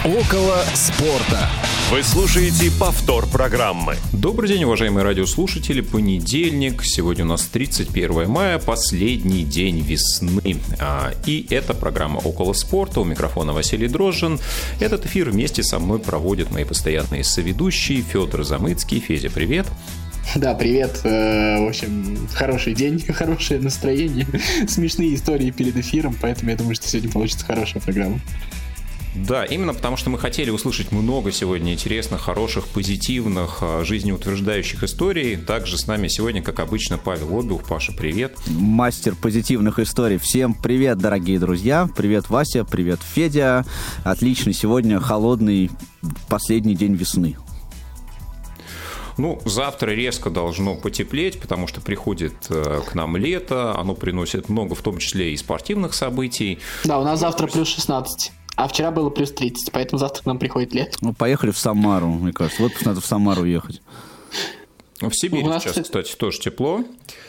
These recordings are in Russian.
Около спорта. Вы слушаете повтор программы. Добрый день, уважаемые радиослушатели. Понедельник. Сегодня у нас 31 мая, последний день весны. И это программа «Около спорта». У микрофона Василий Дрожжин. Этот эфир вместе со мной проводят мои постоянные соведущие Федор Замыцкий. Федя, привет. Да, привет. В общем, хороший день, хорошее настроение, смешные истории перед эфиром, поэтому я думаю, что сегодня получится хорошая программа. Да, именно потому что мы хотели услышать много сегодня интересных, хороших, позитивных, жизнеутверждающих историй. Также с нами сегодня, как обычно, Павел Обиух. Паша, привет. Мастер позитивных историй. Всем привет, дорогие друзья. Привет, Вася, привет, Федя. Отлично, сегодня холодный последний день весны. Ну, завтра резко должно потеплеть, потому что приходит к нам лето. Оно приносит много, в том числе и спортивных событий. Да, у нас завтра плюс 16. А вчера было плюс 30, поэтому завтра к нам приходит лето. Ну, поехали в Самару, мне кажется. Вот надо в Самару ехать. В Сибири сейчас, кстати, тоже тепло.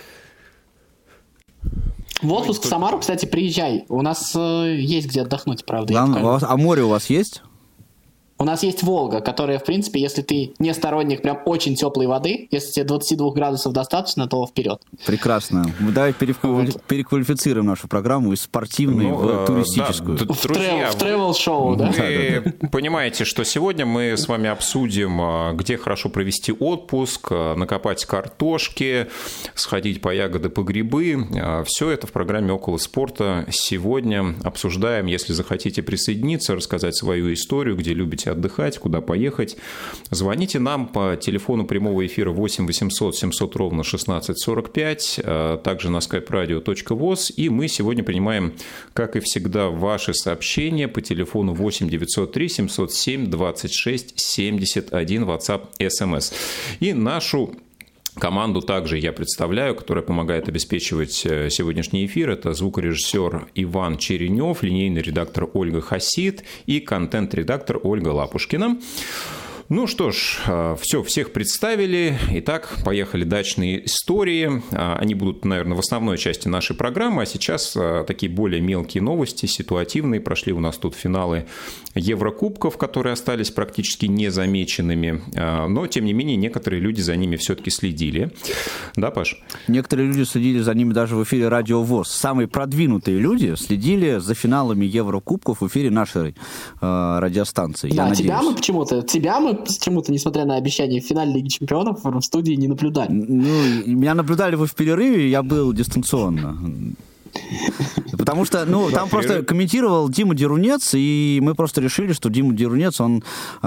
В отпуск в Самару, кстати, приезжай. У нас есть где отдохнуть, правда. А море у вас есть? У нас есть Волга, которая, в принципе, если ты не сторонник прям очень теплой воды, если тебе 22 градусов достаточно, то вперед. Прекрасно. Давай переквалифицируем нашу программу из спортивной в туристическую. Да, в тревел-шоу, да? Вы понимаете, что сегодня мы с вами обсудим, где хорошо провести отпуск, накопать картошки, сходить по ягоды, по грибы. Все это в программе «Около спорта». Сегодня обсуждаем, если захотите присоединиться, рассказать свою историю, где любите отдыхать, куда поехать. Звоните нам по телефону прямого эфира 8 800 700 ровно 1645, также на skype-radio.voz. И мы сегодня принимаем, как и всегда, ваши сообщения по телефону 8 903 707 26 71, WhatsApp, SMS. И нашу команду также я представляю, которая помогает обеспечивать сегодняшний эфир. Это звукорежиссер Иван Черенев, линейный редактор Ольга Хасид и контент-редактор Ольга Лапушкина. Ну что ж, всех представили. Итак, поехали дачные истории. Они будут, наверное, в основной части нашей программы. А сейчас такие более мелкие новости, ситуативные. Прошли у нас тут финалы Еврокубков, которые остались практически незамеченными. Но, тем не менее, некоторые люди за ними все-таки следили. Да, Паш? Некоторые люди следили за ними даже в эфире Радио ВОС. Самые продвинутые люди следили за финалами Еврокубков в эфире нашей радиостанции. Да, тебя мы почему-то, несмотря на обещания в финале Лиги Чемпионов, в студии не наблюдали. Ну, меня наблюдали вы в перерыве, я был дистанционно. Потому что, там просто комментировал Дима Дерунец, и мы просто решили, что Дима Дерунец, он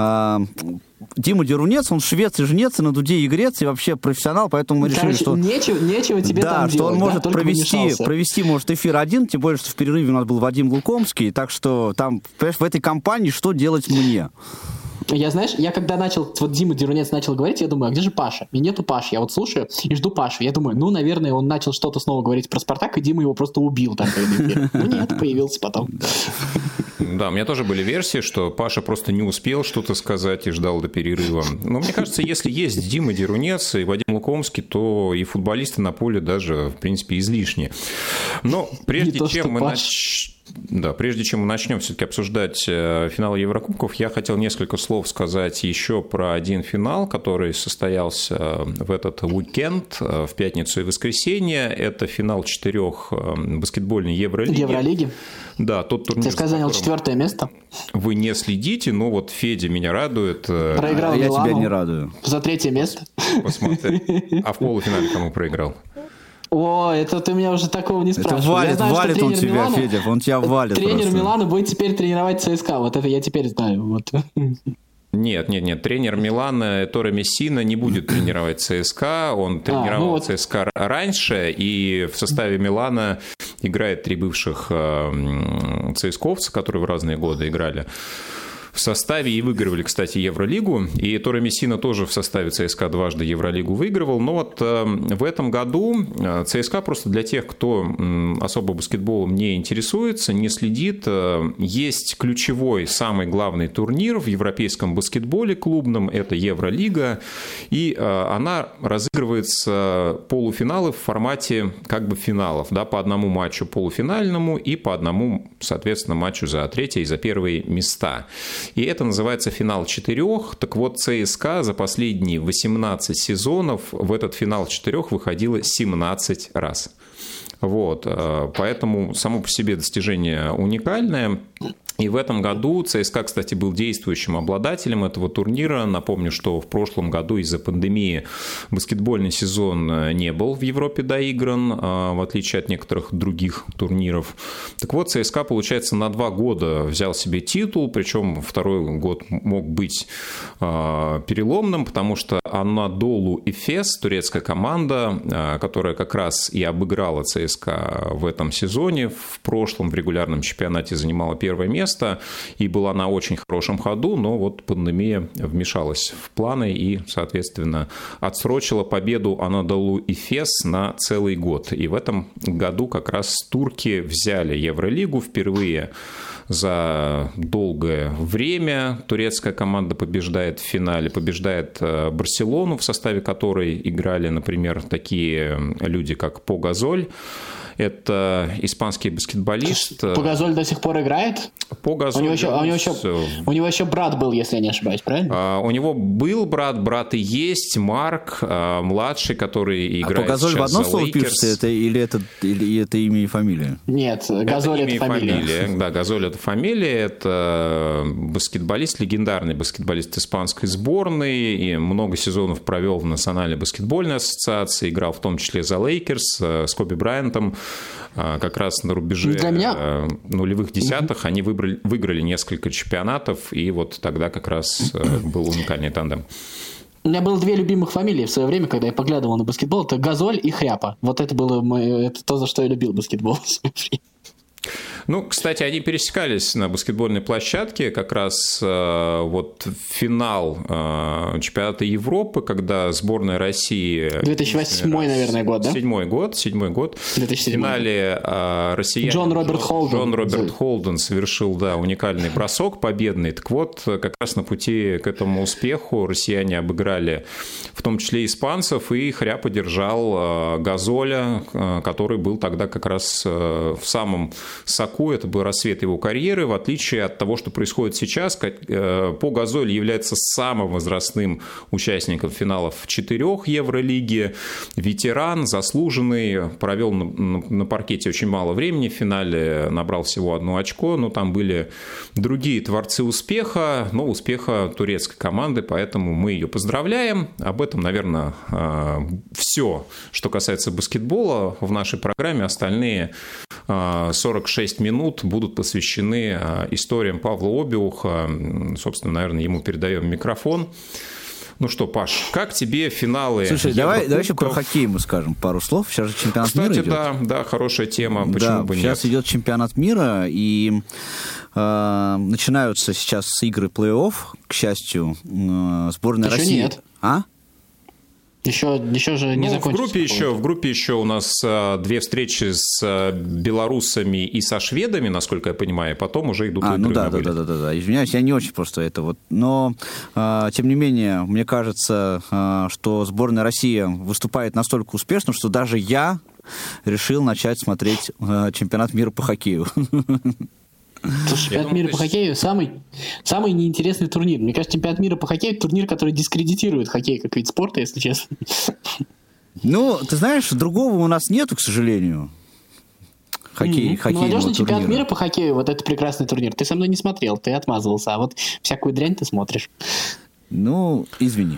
швец и жнец, и на дуде и грец, и вообще профессионал, поэтому мы решили, что... Нечего тебе там делать. Да, что он может провести может эфир один, тем более, что в перерыве у нас был Вадим Лукомский, так что там, понимаешь, в этой компании что делать мне? Я когда Дима Дерунец начал говорить, я думаю, а где же Паша? И нету Паши. Я слушаю и жду Пашу. Я думаю, наверное, он начал что-то снова говорить про «Спартак», и Дима его просто убил там перед эфиром. Нет, появился потом. Да, у меня тоже были версии, что Паша просто не успел что-то сказать и ждал до перерыва. Но мне кажется, если есть Дима Дерунец и Вадим Лукомский, то и футболисты на поле даже, в принципе, излишни. Но прежде чем мы начнем все-таки обсуждать финал Еврокубков, я хотел несколько слов сказать еще про один финал, который состоялся в этот уикенд, в пятницу и воскресенье. Это финал 4 баскетбольной Евролиги. Да, тот турнир. ЦСКА занял 4 место. Вы не следите, но вот Федя меня радует. Проиграл я Милану. Тебя не радую. За 3 место. Посмотри. А в полуфинале кому проиграл? О, это ты меня уже такого не спрашивал. Это валит он тебя, Милана, Федя, он тебя валит. Тренер просто. Милана будет теперь тренировать ЦСКА, вот это я теперь знаю. Вот. Нет, тренер Милана Торе Мессина не будет тренировать ЦСКА, он тренировал ЦСКА раньше, и в составе Милана играет 3 бывших ЦСКовца, которые в разные годы играли в составе и выигрывали, кстати, Евролигу. И Торе Мессина тоже в составе ЦСКА дважды Евролигу выигрывал. Но вот в этом году ЦСКА, просто для тех, кто особо баскетболом не интересуется, не следит, есть ключевой, самый главный турнир в европейском баскетболе клубном, это Евролига. И она разыгрывается полуфиналы в формате как бы финалов, да, по одному матчу полуфинальному и по одному, соответственно, матчу за третье и за первые места. И это называется финал 4. Так вот, ЦСКА за последние 18 сезонов в этот финал 4 выходила 17 раз. Вот, поэтому само по себе достижение уникальное. И в этом году ЦСКА, кстати, был действующим обладателем этого турнира. Напомню, что в прошлом году из-за пандемии баскетбольный сезон не был в Европе доигран, в отличие от некоторых других турниров. Так вот, ЦСКА, получается, на 2 года взял себе титул, причем второй год мог быть переломным, потому что Анадолу Эфес, турецкая команда, которая как раз и обыграла ЦСКА в этом сезоне, в прошлом в регулярном чемпионате занимала первое место и была на очень хорошем ходу, но вот пандемия вмешалась в планы и, соответственно, отсрочила победу Анадолу Эфес на целый год. И в этом году как раз турки взяли Евролигу впервые за долгое время. Турецкая команда побеждает в финале, побеждает Барселону, в составе которой играли, например, такие люди, как По Газоль. Это испанский баскетболист. По Газоль до сих пор играет? По Газоль. У него еще брат был, если я не ошибаюсь, правильно? У него был брат и есть Марк, младший, который играет По Газоль в одно слово Лейкерс. пишется, или это имя и фамилия? Нет, Газоль это фамилия. Да, Газоль это фамилия. Это баскетболист, легендарный баскетболист испанской сборной. И много сезонов провел в Национальной баскетбольной ассоциации. Играл в том числе за Лейкерс с Коби Брайантом. Как раз на рубеже нулевых десятых они выиграли несколько чемпионатов, и вот тогда как раз был уникальный тандем. У меня было 2 любимых фамилии в свое время, когда я поглядывал на баскетбол. Это Газоль и Хряпа. Вот это было это то, за что я любил баскетбол в свое время. Ну, кстати, они пересекались на баскетбольной площадке, как раз вот финал чемпионата Европы, когда сборная России... 2008, наверное, год, да? 7-й год. 2007. В финале россияне... Джон Роберт Холден совершил, да, уникальный бросок победный. Так вот, как раз на пути к этому успеху россияне обыграли в том числе испанцев, и Хряпа держал Газоля, который был тогда как раз в самом соку, это был рассвет его карьеры, в отличие от того, что происходит сейчас. По Газоль является самым возрастным участником финалов 4 Евролиги, ветеран, заслуженный, провел на паркете очень мало времени, в финале набрал всего 1 очко, но там были другие творцы успеха, но успеха турецкой команды, поэтому мы ее поздравляем. Об этом, наверное, все, что касается баскетбола в нашей программе. Остальные 46 минут будут посвящены историям Павла Обиуха. Собственно, наверное, ему передаем микрофон. Ну что, Паш, как тебе финалы? Слушай, давай еще про хоккей мы скажем пару слов. Сейчас же чемпионат мира идет. Кстати, да, хорошая тема. Почему бы нет? Сейчас идет чемпионат мира, и начинаются сейчас игры плей-офф. К счастью, сборная России... Еще нет. А? Еще же не закончилось. В группе еще у нас 2 встречи с белорусами и со шведами, насколько я понимаю, потом уже идут игры. Да. Извиняюсь, я не очень просто это вот. Но, тем не менее, мне кажется, что сборная России выступает настолько успешно, что даже я решил начать смотреть чемпионат мира по хоккею. Чемпионат мира по хоккею самый неинтересный турнир. Мне кажется, чемпионат мира по хоккею – турнир, который дискредитирует хоккей как вид спорта, если честно. Ну, ты знаешь, другого у нас нету, к сожалению. Хоккейного молодежный чемпионат турнира. мира по хоккею, вот это прекрасный турнир. Ты со мной не смотрел, ты отмазывался, а вот всякую дрянь ты смотришь. Ну, извини.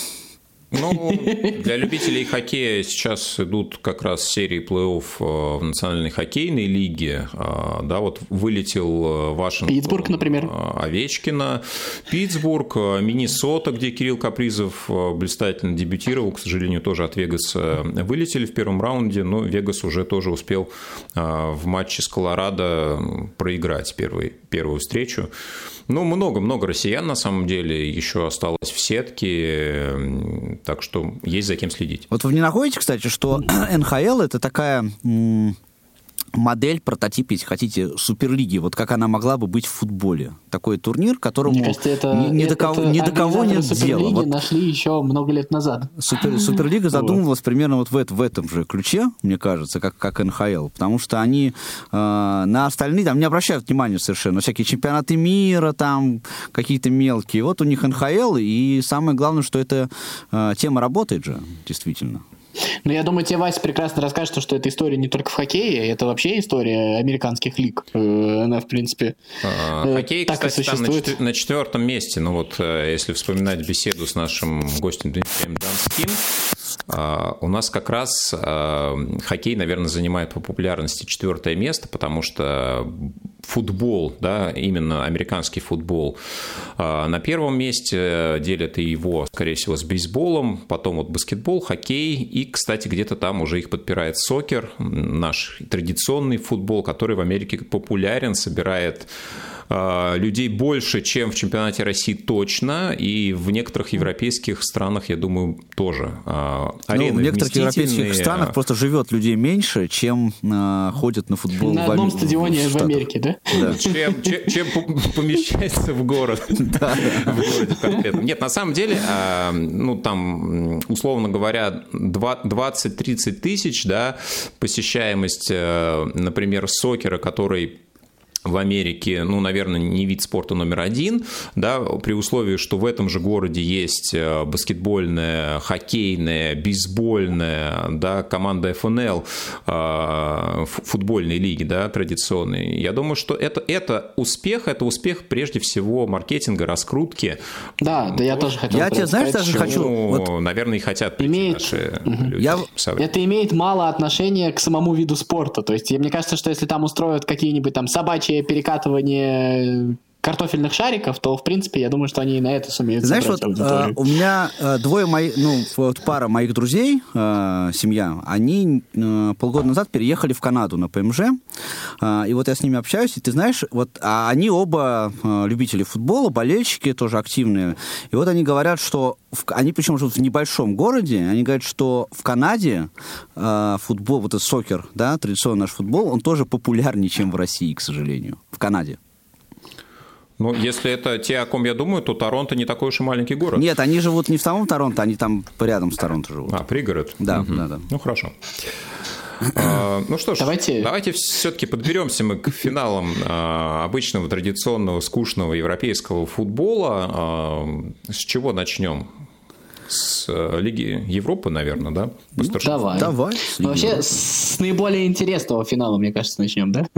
Ну, для любителей хоккея сейчас идут как раз серии плей-офф в Национальной хоккейной лиге. Да, вот вылетел Вашингтон. Питтсбург, например. Овечкина. Питтсбург, Миннесота, где Кирилл Капризов блистательно дебютировал. К сожалению, тоже от Вегаса вылетели в первом раунде, но Вегас уже тоже успел в матче с Колорадо проиграть первую встречу. Ну, много россиян, на самом деле, еще осталось в сетке, так что есть за кем следить. Вот вы не находите, кстати, что НХЛ – это такая модель, прототип, если хотите, Суперлиги, вот как она могла бы быть в футболе. Такой турнир, которому ни до кого нет дела. Вот нашли еще много лет назад. Суперлига задумывалась примерно вот в этом же ключе, мне кажется, как НХЛ, потому что они на остальные там не обращают внимания совершенно, всякие чемпионаты мира, там какие-то мелкие. Вот у них НХЛ, и самое главное, что эта тема работает же, действительно. Ну, я думаю, тебе Вася прекрасно расскажет, что эта история не только в хоккее, это вообще история американских лиг. Она, в принципе, хоккей, так кстати, и существует. там на 4-м месте. Ну вот, если вспоминать беседу с нашим гостем Дмитрием Донским, у нас как раз хоккей, наверное, занимает по популярности 4-е место, потому что футбол, да, именно американский футбол, на 1-м месте делят и его, скорее всего, с бейсболом, потом вот баскетбол, хоккей, и, кстати, где-то там уже их подпирает сокер, наш традиционный футбол, который в Америке популярен, собирает людей больше, чем в чемпионате России точно, и в некоторых европейских странах, я думаю, тоже. В некоторых европейских странах просто живет людей меньше, чем ходят на футбол на одном стадионе в Америке, да? Чем помещается в город. В городе конкретно. Нет, на самом деле, ну, там, условно говоря, 20-30 тысяч, да, посещаемость, например, сокера, который в Америке, ну, наверное, не вид спорта номер один, да, при условии, что в этом же городе есть баскетбольная, хоккейная, бейсбольная, да, команда ФНЛ, футбольной лиги, да, традиционной. Я думаю, что это успех прежде всего маркетинга, раскрутки. Да, я тоже хотел сказать. Я тебе, знаешь, даже хочу... Вот, наверное, и хотят наши люди. Это имеет мало отношения к самому виду спорта. То есть, мне кажется, что если там устроят какие-нибудь там собачьи перекатывание картофельных шариков, то, в принципе, я думаю, что они и на это сумеют. Знаешь, вот у меня пара моих друзей, семья, они полгода назад переехали в Канаду на ПМЖ, и вот я с ними общаюсь, и ты знаешь, вот они оба любители футбола, болельщики тоже активные, и вот они говорят, что они причем живут в небольшом городе, они говорят, что в Канаде футбол, вот этот сокер, да, традиционный наш футбол, он тоже популярнее, чем в России, к сожалению, в Канаде. Ну, если это те, о ком я думаю, то Торонто не такой уж и маленький город. Нет, они живут не в самом Торонто, они там рядом с Торонто живут. Пригород? Да, да. Ну, хорошо. Ну что ж, давайте все-таки подберемся мы к финалам обычного, традиционного, скучного европейского футбола. С чего начнем? С Лиги Европы, наверное, да? Давай. Вообще, с наиболее интересного финала, мне кажется, начнем, да?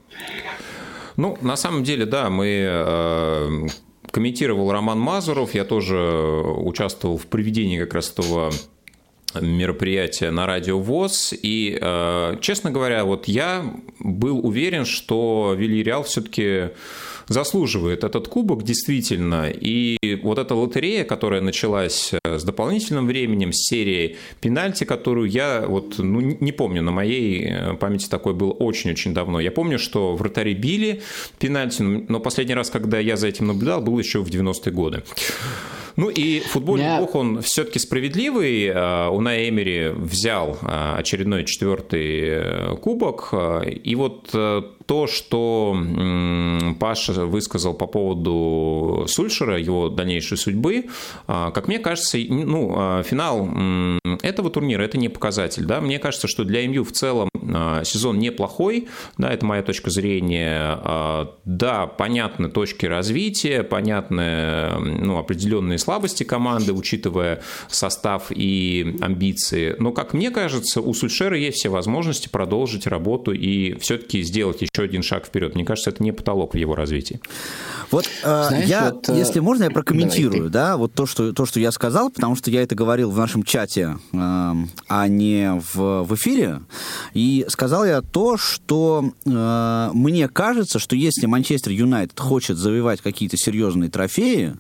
Ну, на самом деле, да, мы комментировал Роман Мазуров, я тоже участвовал в проведении как раз этого мероприятия на Радио ВОС, и, честно говоря, вот я был уверен, что Вильярреал все-таки заслуживает этот кубок, действительно, и вот эта лотерея, которая началась с дополнительным временем, с серией пенальти, которую я вот, не помню, на моей памяти такой был очень-очень давно. Я помню, что вратари били пенальти, но последний раз, когда я за этим наблюдал, был еще в 90-е годы. Ну и футбольный бог, он все-таки справедливый. Унай Эмери взял очередной 4-й кубок. И вот то, что Паша высказал по поводу Сульшера, его дальнейшей судьбы, как мне кажется, финал этого турнира – это не показатель. Да? Мне кажется, что для МЮ в целом сезон неплохой, да, это моя точка зрения. Да, понятны точки развития, понятны определенные слабости команды, учитывая состав и амбиции. Но, как мне кажется, у Сульшера есть все возможности продолжить работу и все-таки сделать еще один шаг вперед. Мне кажется, это не потолок в его развитии. Вот, если можно, я прокомментирую, да, вот то, что я сказал, потому что я это говорил в нашем чате, а не в эфире. И сказал я то, что мне кажется, что если Манчестер Юнайтед хочет завоевать какие-то серьезные трофеи,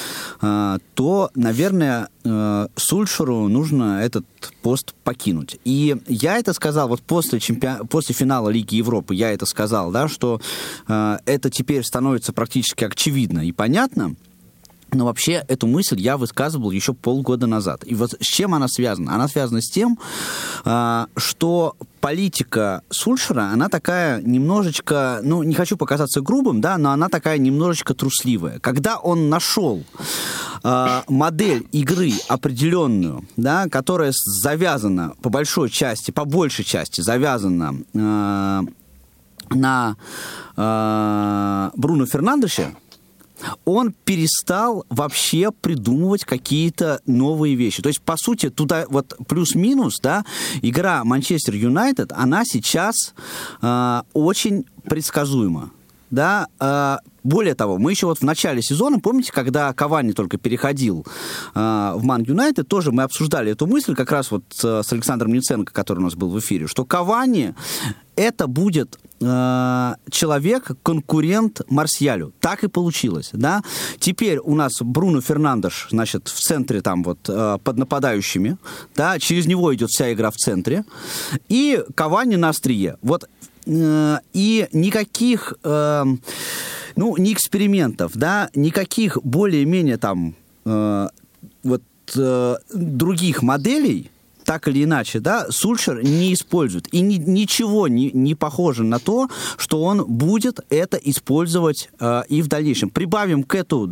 то, наверное, Сульшеру нужно этот пост покинуть. И я это сказал вот после финала Лиги Европы, я это сказал, да, что это теперь становится практически очевидно и понятно. Но вообще эту мысль я высказывал еще полгода назад. И вот с чем она связана? Она связана с тем, что политика Сульшера, она такая немножечко, ну, не хочу показаться грубым, да, но она такая немножечко трусливая. Когда он нашел модель игры определенную, да, которая завязана по большей части, по большей части завязана на Бруно Фернандеше, он перестал вообще придумывать какие-то новые вещи. То есть, по сути, туда вот плюс-минус, да, игра Манчестер Юнайтед, она сейчас очень предсказуема. Да, более того, мы еще вот в начале сезона, помните, когда Кавани только переходил в Ман Юнайтед, тоже мы обсуждали эту мысль как раз вот с Александром Ниценко, который у нас был в эфире, что Кавани это будет человек, конкурент Марсиалю. Так и получилось, да. Теперь у нас Бруно Фернандеш, значит, в центре там вот под нападающими, да, через него идет вся игра в центре, и Кавани на острие. Вот и никаких, ну, не экспериментов, да, никаких более-менее там других моделей, так или иначе, да, Сульшер не использует. И ничего не похоже на то, что он будет это использовать и в дальнейшем. Прибавим к этому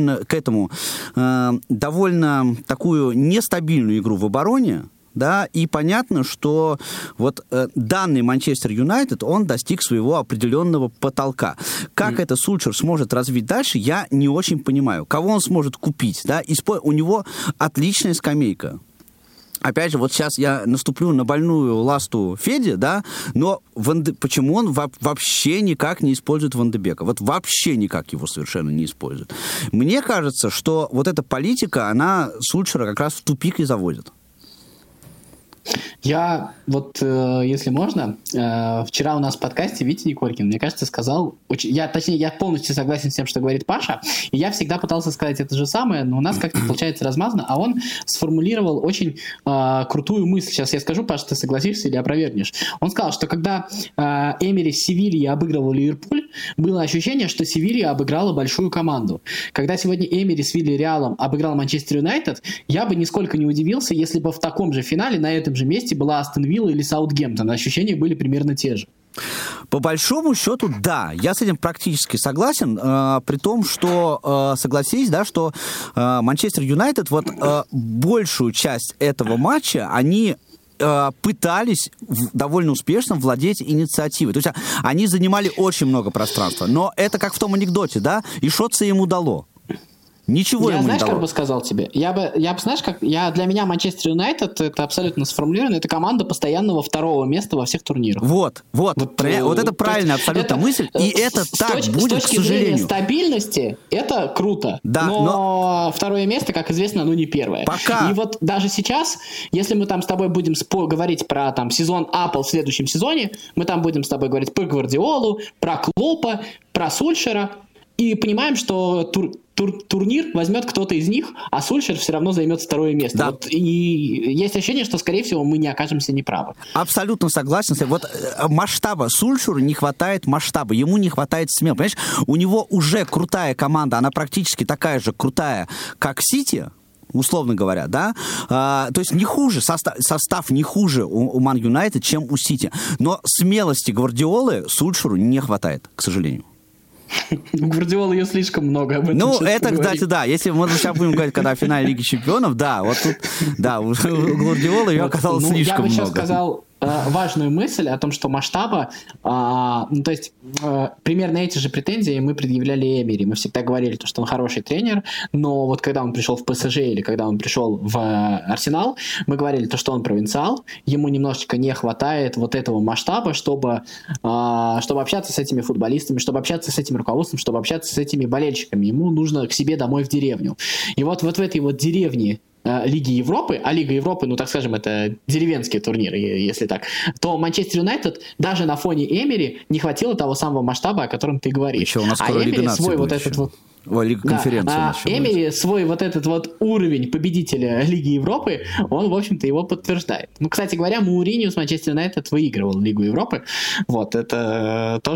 довольно такую нестабильную игру в обороне, да, и понятно, что вот данный Манчестер Юнайтед, он достиг своего определенного потолка. Как это Сульшер сможет развить дальше, я не очень понимаю. Кого он сможет купить, да, у него отличная скамейка. Опять же, вот сейчас я наступлю на больную ласту Феди, да, но почему он вообще никак не использует Ван де Бека? Вот вообще никак его совершенно не использует. Мне кажется, что вот эта политика, она Сульшера как раз в тупик и заводит. Я вот, если можно, вчера у нас в подкасте Витя Николькин, мне кажется, сказал, я полностью согласен с тем, что говорит Паша, и я всегда пытался сказать это же самое, но у нас как-то получается размазано, а он сформулировал очень крутую мысль. Сейчас я скажу, Паша, ты согласишься или опровергнешь. Он сказал, что когда Эмери с Севильей обыгрывал Ливерпуль, было ощущение, что Севилья обыграла большую команду. Когда сегодня Эмери с Вильяреалом обыграл Манчестер Юнайтед, я бы нисколько не удивился, если бы в таком же финале, на этом же месте была Астон Вилла или Саутгемптон. Ощущения были примерно те же. По большому счету, да, я с этим практически согласен, при том, что, согласись, да, что Манчестер Юнайтед, вот большую часть этого матча, они пытались довольно успешно владеть инициативой. То есть они занимали очень много пространства. Но это как в том анекдоте, да, и шотце ему дало. Ничего ему не дало. Я, знаешь, как бы сказал тебе? Для меня Манчестер Юнайтед, это абсолютно сформулировано, это команда постоянного второго места во всех турнирах. Вот это правильная абсолютно мысль, и это так будет, к сожалению. С точки зрения стабильности, это круто. Да, но второе место, как известно, не первое. Пока. И вот даже сейчас, если мы там с тобой будем говорить про там сезон Апл в следующем сезоне, мы там будем с тобой говорить про Гвардиолу, про Клопа, про Сульшера, и понимаем, что турнир возьмет кто-то из них, а Сульшер все равно займет второе место. Да. Вот, и есть ощущение, что, скорее всего, мы не окажемся неправы. Абсолютно согласен. Вот масштаба Сульшеру не хватает масштаба, ему не хватает смелости. Понимаешь, у него уже крутая команда, она практически такая же крутая, как Сити, условно говоря, да, то есть не хуже, состав не хуже у Ман Юнайтед, чем у Сити, но смелости Гвардиолы Сульшеру не хватает, к сожалению. У Гвардиолы ее слишком много. Об этом это, поговорим. Кстати, да. Если мы сейчас будем говорить, когда в финале Лиги Чемпионов, да, вот тут, да, у Гвардиолы ее оказалось слишком много. Я бы сейчас сказал важную мысль о том, что масштаба, то есть примерно эти же претензии мы предъявляли Эмери. Мы всегда говорили, что он хороший тренер, но вот когда он пришел в ПСЖ или когда он пришел в Арсенал, мы говорили, что он провинциал, ему немножечко не хватает вот этого масштаба, чтобы общаться с этими футболистами, чтобы общаться с этим руководством, чтобы общаться с этими болельщиками. Ему нужно к себе домой в деревню. И вот в этой вот деревне Лиги Европы, а Лига Европы, так скажем, это деревенские турниры, если так, то Манчестер Юнайтед даже на фоне Эмери не хватило того самого масштаба, о котором ты говоришь. Еще у нас скоро Лига Наций свой вот этот вот... Лига конференции. Эмери свой вот этот вот уровень победителя Лиги Европы, он, в общем-то, его подтверждает. Кстати говоря, Мауриньо с Манчестер Юнайтед выигрывал Лигу Европы. Вот, это тоже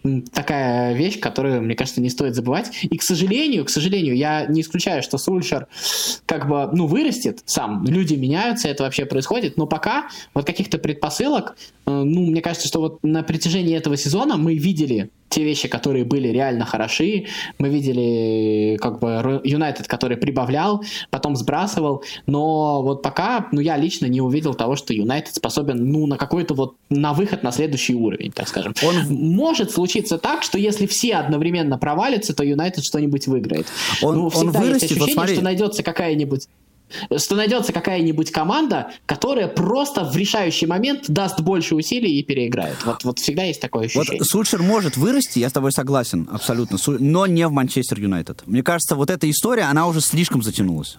такая вещь, которую, мне кажется, не стоит забывать. И, к сожалению, я не исключаю, что Сульшер как бы, вырастет сам. Люди меняются, это вообще происходит. Но пока вот каких-то предпосылок, мне кажется, что вот на протяжении этого сезона мы видели те вещи, которые были реально хороши. Мы видели как бы Юнайтед, который прибавлял, потом сбрасывал. Но вот пока, я лично не увидел того, что Юнайтед способен, на какой-то вот, на выход на следующий уровень, так скажем. Может случиться так, что если все одновременно провалятся, то Юнайтед что-нибудь выиграет. Всегда есть ощущение, что найдется какая-нибудь команда, которая просто в решающий момент даст больше усилий и переиграет. Вот всегда есть такое ощущение. Вот Сульшер может вырасти, я с тобой согласен, абсолютно, но не в Манчестер Юнайтед. Мне кажется, вот эта история, она уже слишком затянулась.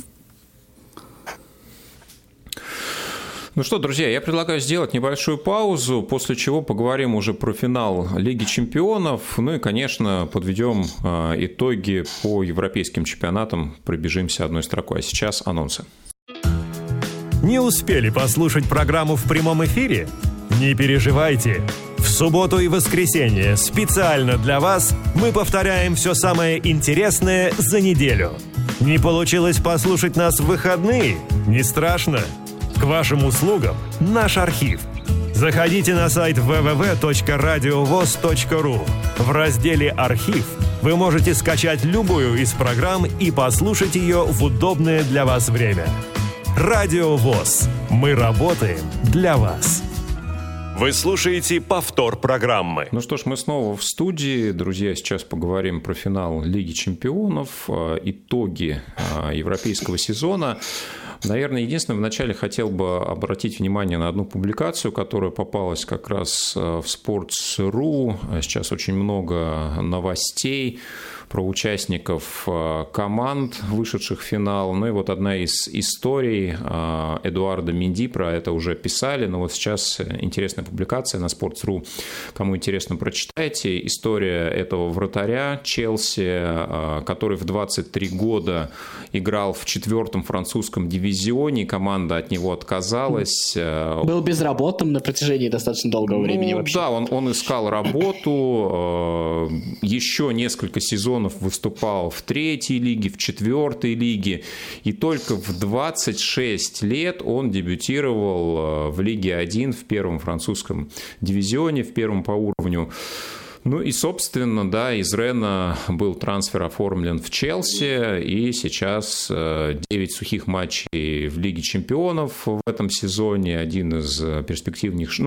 Ну что, друзья, я предлагаю сделать небольшую паузу, после чего поговорим уже про финал Лиги Чемпионов. Ну и, конечно, подведем итоги по европейским чемпионатам, пробежимся одной строкой. А сейчас анонсы. Не успели послушать программу в прямом эфире? Не переживайте. В субботу и воскресенье специально для вас мы повторяем все самое интересное за неделю. Не получилось послушать нас в выходные? Не страшно. К вашим услугам наш архив. Заходите на сайт www.radiovoz.ru. В разделе «Архив» вы можете скачать любую из программ и послушать ее в удобное для вас время. Радио ВОЗ. Мы работаем для вас. Вы слушаете повтор программы. Ну что ж, мы снова в студии. Друзья, сейчас поговорим про финал Лиги Чемпионов, итоги европейского сезона. Наверное, единственное, вначале хотел бы обратить внимание на одну публикацию, которая попалась как раз в Sports.ru. Сейчас очень много новостей про участников команд, вышедших в финал. Ну и вот одна из историй Эдуарда Менди, про это уже писали, но вот сейчас интересная публикация на Sports.ru. Кому интересно, прочитайте. История этого вратаря Челси, который в 23 года играл в 4-м французском дивизионе, команда от него отказалась. Был безработным на протяжении достаточно долгого времени вообще. Да, он искал работу, еще несколько сезонов выступал в 3-й лиге, в 4-й лиге, и только в 26 лет он дебютировал в Лиге 1 в 1-м французском дивизионе, в 1-м по уровню. Ну и, собственно, да, из Рена был трансфер оформлен в Челси, и сейчас 9 сухих матчей в Лиге Чемпионов в этом сезоне, один из перспективнейших,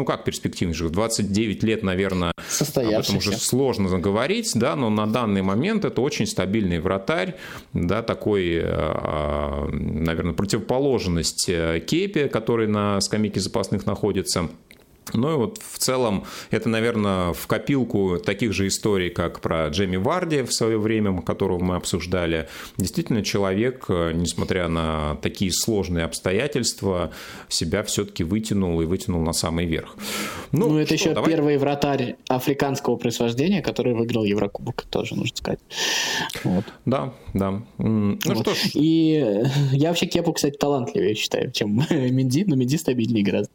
29 лет, наверное, об этом уже сложно говорить, да, но на данный момент это очень стабильный вратарь, да, такой, наверное, противоположность Кепе, который на скамейке запасных находится. Ну и вот в целом это, наверное, в копилку таких же историй, как про Джейми Варди в свое время, которого мы обсуждали. Действительно, человек, несмотря на такие сложные обстоятельства, себя все-таки вытянул на самый верх. Ну это еще первый вратарь африканского происхождения, который выиграл Еврокубок, тоже нужно сказать. Вот. Да. Ну вот. Что ж. И я вообще Кепу, кстати, талантливее считаю, чем Менди, но Менди стабильнее гораздо.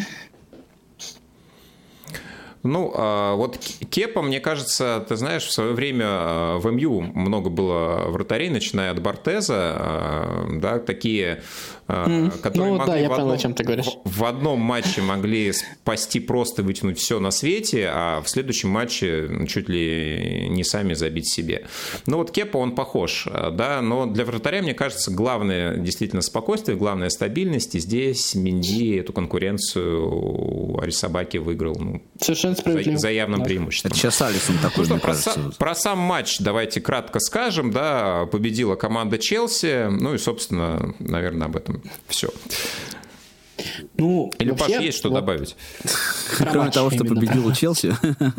Ну, вот Кепа, мне кажется, ты знаешь, в свое время в МЮ много было вратарей, начиная от Бортеза, да, такие, которые могли в одном матче могли спасти, просто вытянуть все на свете, а в следующем матче чуть ли не сами забить себе. Ну, вот Кепа, он похож, да, но для вратаря, мне кажется, главное действительно спокойствие, главное стабильность, и здесь Менди эту конкуренцию у Арисабаки выиграл, совершенно справедливо. За явным преимуществом. Это сейчас Алисон такой, мне кажется. Про сам матч давайте кратко скажем. Да, победила команда Челси. Ну и, собственно, наверное, об этом все. Ну, или, Паш, есть что добавить? Кроме того, что победила Челси.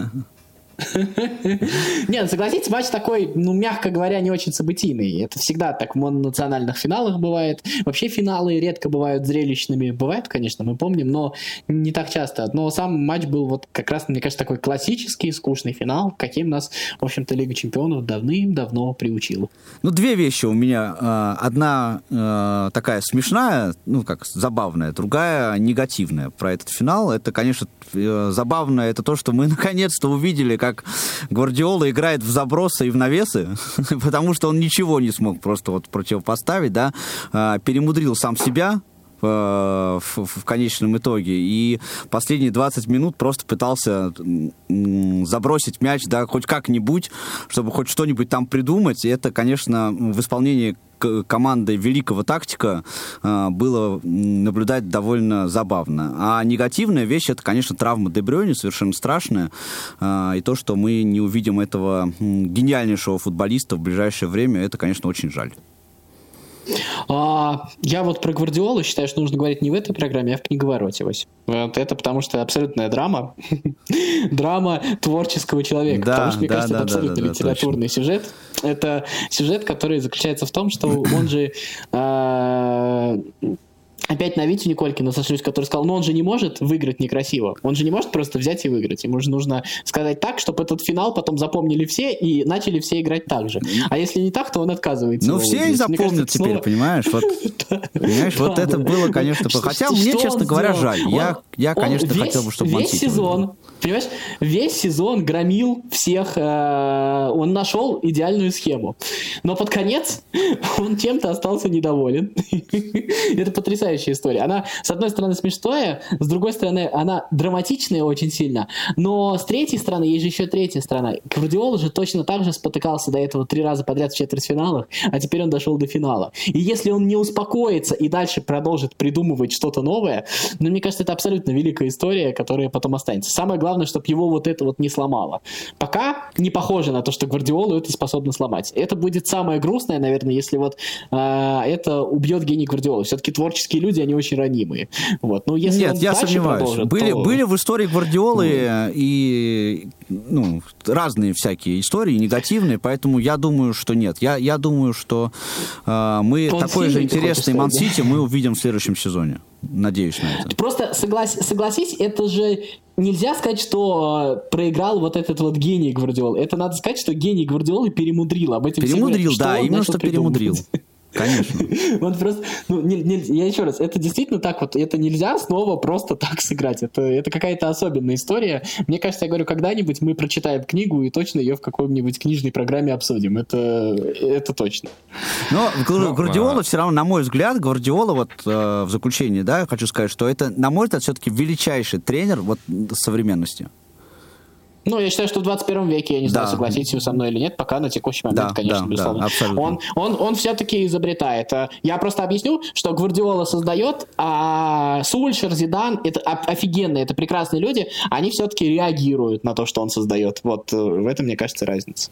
Нет, согласитесь, матч такой, мягко говоря, не очень событийный. Это всегда так в мононациональных финалах бывает. Вообще финалы редко бывают зрелищными. Бывают, конечно, мы помним, но не так часто. Но сам матч был вот как раз, мне кажется, такой классический, скучный финал, каким нас, в общем-то, Лига Чемпионов давным-давно приучила. Ну, две вещи у меня. Одна такая смешная, забавная, другая негативная про этот финал. Это, конечно, забавно, это то, что мы наконец-то увидели, как как Гвардиола играет в забросы и в навесы, потому что он ничего не смог просто вот противопоставить, да, перемудрил сам себя в конечном итоге. И последние 20 минут просто пытался забросить мяч, да, хоть как-нибудь, чтобы хоть что-нибудь там придумать. И это, конечно, в исполнении команды великого тактика было наблюдать довольно забавно. А негативная вещь — это, конечно, травма Де Брюйне, совершенно страшная. И то, что мы не увидим этого гениальнейшего футболиста в ближайшее время, это, конечно, очень жаль. Я вот про Гвардиолу считаю, что нужно говорить не в этой программе, а в книговороте. Вот это потому что абсолютная драма. Драма творческого человека. Да, потому что, мне кажется, это абсолютно да, литературный сюжет. Это сюжет, который заключается в том, что он же... Опять на Витю Николькина сошлюсь, который сказал, но он же не может выиграть некрасиво. Он же не может просто взять и выиграть. Ему же нужно сказать так, чтобы этот финал потом запомнили все и начали все играть так же. А если не так, то он отказывается. Ну, все и запомнят теперь, понимаешь? Вот это было, конечно... Хотя мне, честно говоря, жаль. Я, конечно, хотел бы, чтобы весь сезон, понимаешь, весь сезон громил всех. Он нашел идеальную схему. Но под конец он чем-то остался недоволен. Это потрясающая история. Она, с одной стороны, смешная, с другой стороны, она драматичная очень сильно, но с третьей стороны, есть же еще третья сторона. Гвардиола же точно так же спотыкался до этого 3 раза подряд в четвертьфиналах, а теперь он дошел до финала. И если он не успокоится и дальше продолжит придумывать что-то новое, ну, мне кажется, это абсолютно великая история, которая потом останется. Самое главное, чтобы его вот это вот не сломало. Пока не похоже на то, что Гвардиолу это способно сломать. Это будет самое грустное, наверное, если вот это убьет гений Гвардиолы. Все-таки творческие люди, они очень ранимые. Вот. Ну, если нет, я сомневаюсь. Были в истории Гвардиолы и разные всякие истории, негативные, поэтому я думаю, что нет. Я думаю, что мы такой же интересный Ман-Сити мы увидим в следующем сезоне. Надеюсь на это. Просто согласись, это же нельзя сказать, что проиграл вот этот вот гений Гвардиолы. Это надо сказать, что гений Гвардиолы перемудрил. Об этом перемудрил, да, именно что перемудрил. Конечно. Вот просто, я еще раз, это действительно так вот, это нельзя снова просто так сыграть. Это какая-то особенная история. Мне кажется, я говорю, когда-нибудь мы прочитаем книгу и точно ее в какой-нибудь книжной программе обсудим. Это точно. Но Гвардиола все равно, на мой взгляд, Гвардиола вот в заключении, да, хочу сказать, что это, на мой взгляд, все-таки величайший тренер вот современности. Ну, я считаю, что в 21 веке, я не знаю, согласитесь вы со мной или нет, пока на текущий момент, конечно, безусловно. Он все-таки изобретает. Я просто объясню, что Гвардиола создает, а Сульшер, Зидан, это офигенные, это прекрасные люди, они все-таки реагируют на то, что он создает. Вот в этом, мне кажется, разница.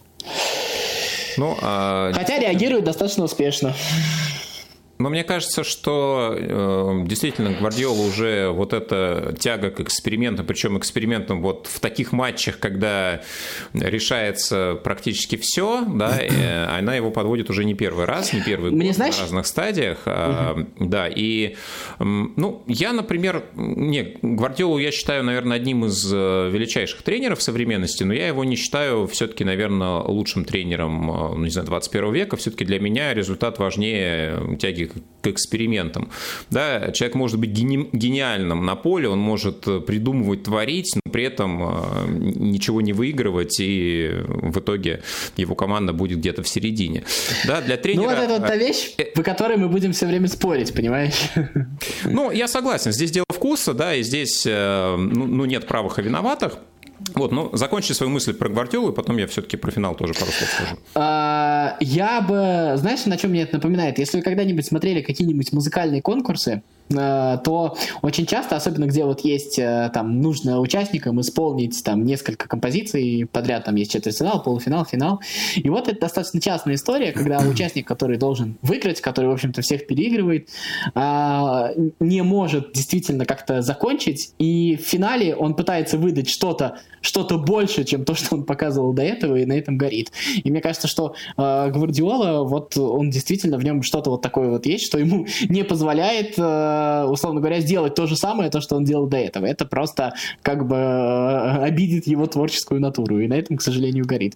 Хотя реагируют достаточно успешно. Но мне кажется, что действительно Гвардиола уже вот эта тяга к экспериментам, причем экспериментам вот в таких матчах, когда решается практически все, да, она его подводит уже не первый раз, не первый год, на разных стадиях. Да, и, я, например, Гвардиолу я считаю, наверное, одним из величайших тренеров современности, но я его не считаю все-таки, наверное, лучшим тренером, 21 века. Все-таки для меня результат важнее тяги к экспериментам. Да, человек может быть гениальным на поле, он может придумывать, творить, но при этом ничего не выигрывать, и в итоге его команда будет где-то в середине. Да, для тренера... вот это та вещь, по которой мы будем все время спорить, понимаешь? Я согласен, здесь дело вкуса, да, и здесь нет правых и виноватых. Вот, закончи свою мысль про Гвардиолу, и потом я все-таки про финал тоже пару слов скажу. Я бы... Знаешь, на чем мне это напоминает? Если вы когда-нибудь смотрели какие-нибудь музыкальные конкурсы, то очень часто, особенно где вот есть, там, нужно участникам исполнить там несколько композиций подряд, там есть четвертьфинал, полуфинал, финал. И вот это достаточно частная история, когда участник, который должен выиграть, который, в общем-то, всех переигрывает, не может действительно как-то закончить, и в финале он пытается выдать что-то больше, чем то, что он показывал до этого, и на этом горит. И мне кажется, что Гвардиола, вот он действительно, в нем что-то вот такое вот есть, что ему не позволяет, условно говоря, сделать то же самое, то, что он делал до этого. Это просто как бы обидит его творческую натуру, и на этом, к сожалению, горит.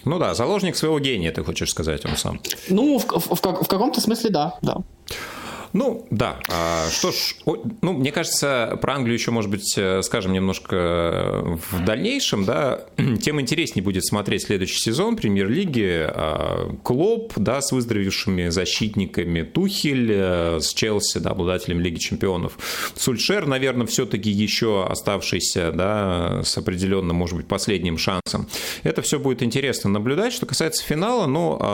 Заложник своего гения, ты хочешь сказать, он сам. В каком-то смысле, да. Ну, да. Что ж, мне кажется, про Англию еще, может быть, скажем немножко в дальнейшем, да, тем интереснее будет смотреть следующий сезон Премьер-лиги. Клопп, да, с выздоровевшими защитниками, Тухель с Челси, да, обладателем Лиги Чемпионов, Сульшер, наверное, все-таки еще оставшийся, да, с определенным, может быть, последним шансом. Это все будет интересно наблюдать. Что касается финала,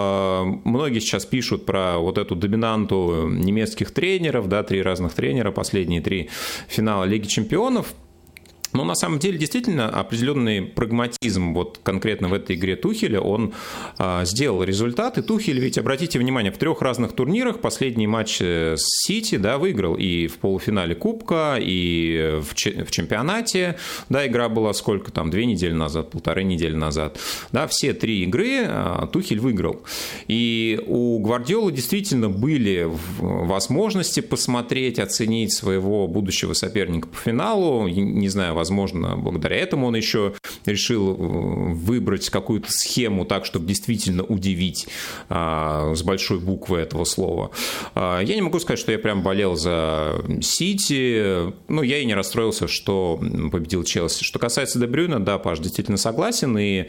многие сейчас пишут про вот эту доминанту немецких тренеров, да, 3 разных тренера, последние 3 финала Лиги Чемпионов. Но на самом деле действительно определенный прагматизм вот конкретно в этой игре Тухеля, он сделал результат. И Тухель, ведь обратите внимание, в 3 разных турнирах последний матч с Сити, да, выиграл и в полуфинале Кубка, и в чемпионате, да, игра была сколько там, 2 недели назад, 1,5 недели назад, да, все 3 игры Тухель выиграл. И у Гвардиолы действительно были возможности посмотреть, оценить своего будущего соперника по финалу, не знаю, возможно, благодаря этому он еще решил выбрать какую-то схему так, чтобы действительно удивить с большой буквы этого слова. Я не могу сказать, что я прям болел за Сити, но я и не расстроился, что победил Челси. Что касается Де Брюйна, да, Паш, действительно согласен, и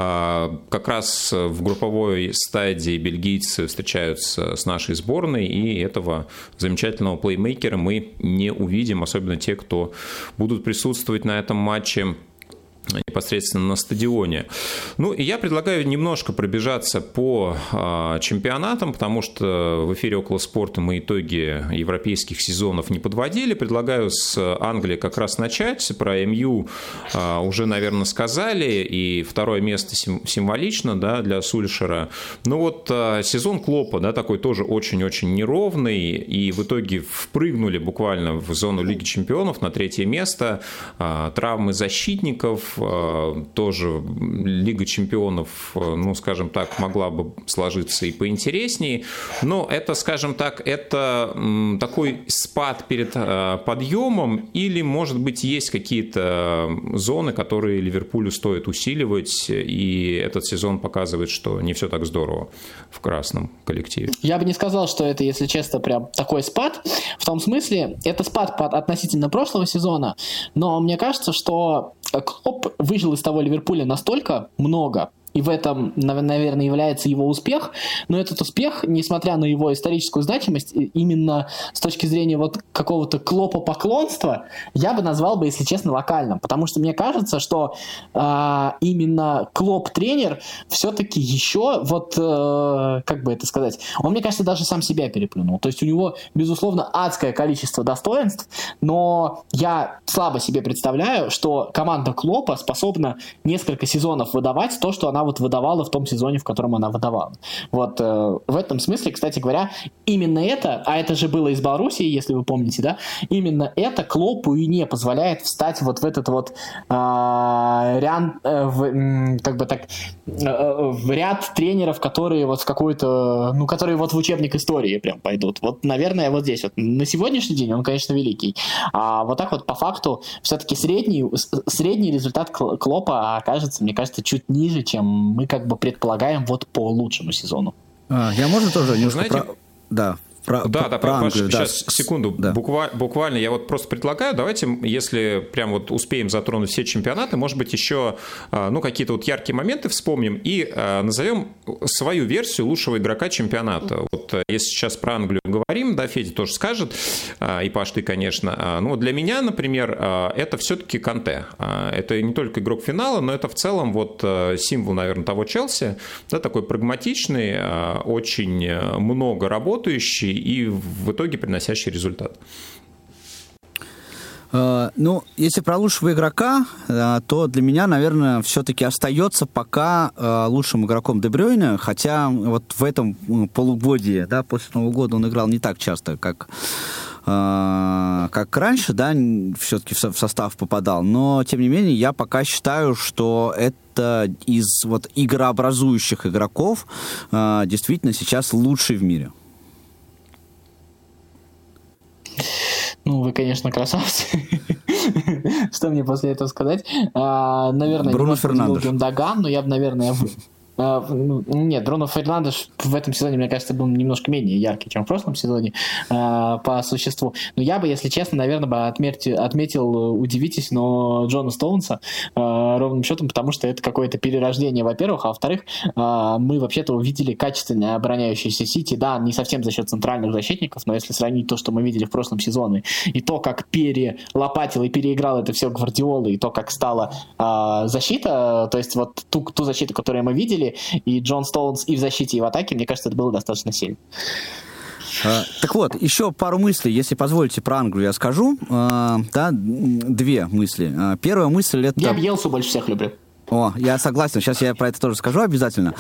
как раз в групповой стадии бельгийцы встречаются с нашей сборной, и этого замечательного плеймейкера мы не увидим, особенно те, кто будут присутствовать на этом матче непосредственно на стадионе. Ну, и я предлагаю немножко пробежаться по чемпионатам, потому что в эфире «Около спорта» мы итоги европейских сезонов не подводили. Предлагаю с Англии как раз начать. Про МЮ уже, наверное, сказали, и 2 место символично, да, для Сульшера. Ну вот сезон Клоппа, да, такой тоже очень-очень неровный, и в итоге впрыгнули буквально в зону Лиги Чемпионов на 3 место. Травмы защитников, тоже Лига Чемпионов, ну, скажем так, могла бы сложиться и поинтереснее, но это, скажем так, это такой спад перед подъемом, или, может быть, есть какие-то зоны, которые Ливерпулю стоит усиливать, и этот сезон показывает, что не все так здорово в красном коллективе. Я бы не сказал, что это, если честно, прям такой спад. В том смысле, это спад относительно прошлого сезона, но мне кажется, что Клопп выжил из того Ливерпуля настолько много, и в этом, наверное, является его успех, но этот успех, несмотря на его историческую значимость, именно с точки зрения вот какого-то Клоппа-поклонства, я бы назвал бы, если честно, локальным, потому что мне кажется, что именно Клопп-тренер все-таки еще, вот, как бы это сказать, он, мне кажется, даже сам себя переплюнул, то есть у него, безусловно, адское количество достоинств, но я слабо себе представляю, что команда Клоппа способна несколько сезонов выдавать то, что она вот выдавала в том сезоне, в котором она выдавала. Вот в этом смысле, кстати говоря, именно это, а это же было из Боруссии, если вы помните, да, именно это Клоппу и не позволяет встать вот в этот вот ряд, как бы так, в ряд тренеров, которые вот в какой-то, ну, которые вот в учебник истории прям пойдут. Вот, наверное, вот здесь вот. На сегодняшний день он, конечно, великий. А вот так вот по факту все-таки средний результат Клоппа окажется, мне кажется, чуть ниже, чем мы как бы предполагаем вот по лучшему сезону. Я можно тоже немножко... Знаете... Да. Про Англию, сейчас, секунду. Да. Буквально я вот просто предлагаю, давайте, если прям вот успеем затронуть все чемпионаты, может быть, еще какие-то вот яркие моменты вспомним и назовем свою версию лучшего игрока чемпионата. Вот если сейчас про Англию говорим, да, Федя тоже скажет, и Паш, ты, конечно. Ну, для меня, например, это все-таки Канте. Это не только игрок финала, но это в целом вот символ, наверное, того Челси, да, такой прагматичный, очень много работающий, и в итоге приносящий результат. Ну, если про лучшего игрока, то для меня, наверное, все-таки остается пока лучшим игроком Де Брюйне, хотя вот в этом полугодии, да, после Нового года он играл не так часто, как раньше, да, все-таки в состав попадал, но, тем не менее, я пока считаю, что это из вот игрообразующих игроков действительно сейчас лучший в мире. Ну, вы, конечно, красавцы. Что мне после этого сказать? Наверное, Бруно Фернандеш. Гюндоган, но я бы, наверное, Нет, Бруно Фернандеш в этом сезоне, мне кажется, был немножко менее яркий, чем в прошлом сезоне по существу. Но я бы, если честно, наверное, отметил, удивитесь, но Джона Стоунса ровным счетом, потому что это какое-то перерождение, во-первых, а во-вторых, мы вообще-то увидели качественное обороняющееся Сити, да, не совсем за счет центральных защитников, но если сравнить то, что мы видели в прошлом сезоне, и то, как перелопатил и переиграл это все Гвардиола, и то, как стала защита, то есть вот ту защиту, которую мы видели, и Джон Стоунс и в защите, и в атаке, мне кажется, это было достаточно сильно. Так вот, еще пару мыслей, если позволите, про Англию я скажу. Да, две мысли. Первая мысль — это... Я Бьелсу больше всех люблю. О, я согласен, сейчас я про это тоже скажу обязательно.